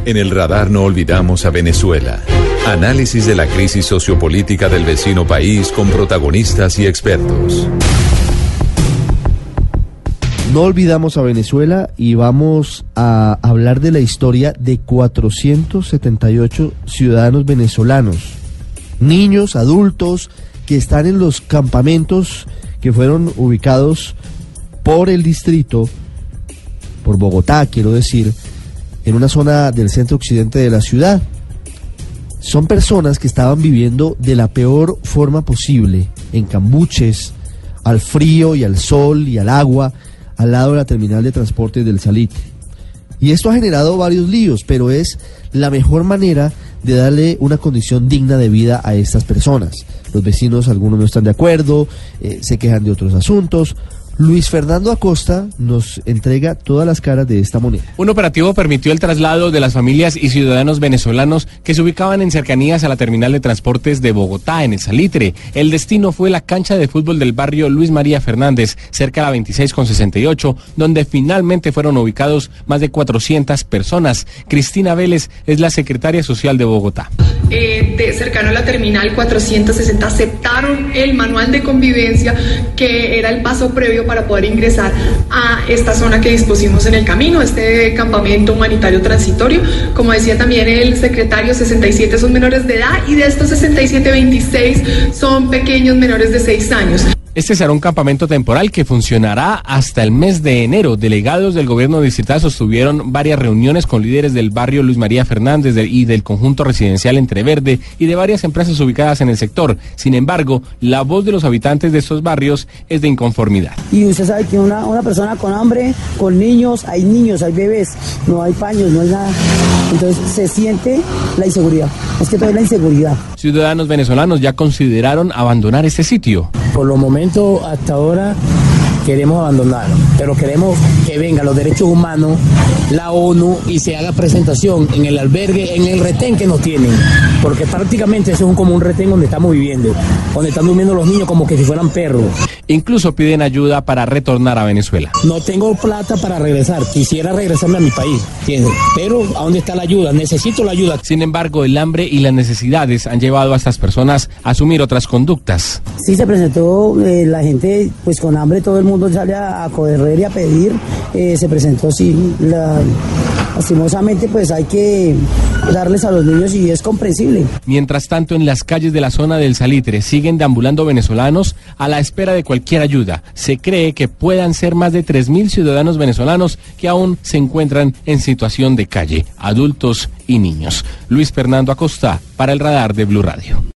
En el radar no olvidamos a Venezuela. Análisis de la crisis sociopolítica del vecino país con protagonistas y expertos. No olvidamos a Venezuela y vamos a hablar de la historia de 478 ciudadanos venezolanos, niños, adultos, que están en los campamentos que fueron ubicados por el distrito, por Bogotá, quiero decir, en una zona del centro occidente de la ciudad. Son personas que estaban viviendo de la peor forma posible, en cambuches, al frío y al sol y al agua, al lado de la terminal de transporte del Salitre. Y esto ha generado varios líos, pero es la mejor manera de darle una condición digna de vida a estas personas. Los vecinos, algunos no están de acuerdo, se quejan de otros asuntos. Luis Fernando Acosta nos entrega todas las caras de esta moneda. Un operativo permitió el traslado de las familias y ciudadanos venezolanos que se ubicaban en cercanías a la terminal de transportes de Bogotá, en el Salitre. El destino fue la cancha de fútbol del barrio Luis María Fernández, cerca de la 26 con 68, donde finalmente fueron ubicados más de 400 personas. Cristina Vélez es la secretaria social de Bogotá. Cercano a la terminal 460 aceptaron el manual de convivencia, que era el paso previo para poder ingresar a esta zona que dispusimos en el camino, este campamento humanitario transitorio. Como decía también el secretario, 67 son menores de edad y de estos 67, 26 son pequeños menores de 6 años. Este será un campamento temporal que funcionará hasta el mes de enero. Delegados del gobierno distrital sostuvieron varias reuniones con líderes del barrio Luis María Fernández y del conjunto residencial Entreverde y de varias empresas ubicadas en el sector. Sin embargo, la voz de los habitantes de estos barrios es de inconformidad. Y usted sabe que una persona con hambre, con niños, hay bebés, no hay paños, no hay nada. Entonces se siente la inseguridad. Es que todo es la inseguridad. Ciudadanos venezolanos ya consideraron abandonar este sitio. Por los momentos hasta ahora queremos abandonarlo, pero queremos que vengan los derechos humanos, la ONU, y se haga presentación en el albergue, en el retén que nos tienen, porque prácticamente eso es como un retén donde estamos viviendo, donde están durmiendo los niños como que si fueran perros. Incluso piden ayuda para retornar a Venezuela. No tengo plata para regresar, quisiera regresarme a mi país, ¿entiendes? Pero ¿a dónde está la ayuda? Necesito la ayuda. Sin embargo, el hambre y las necesidades han llevado a estas personas a asumir otras conductas. Sí, se presentó la gente pues con hambre, todo el mundo sale a correr y a pedir, se presentó sí, lastimosamente pues hay que darles a los niños y es comprensible. Mientras tanto, en las calles de la zona del Salitre siguen deambulando venezolanos a la espera de cualquier ayuda. Se cree que puedan ser más de 3.000 ciudadanos venezolanos que aún se encuentran en situación de calle, adultos y niños. Luis Fernando Acosta, para el radar de Blue Radio.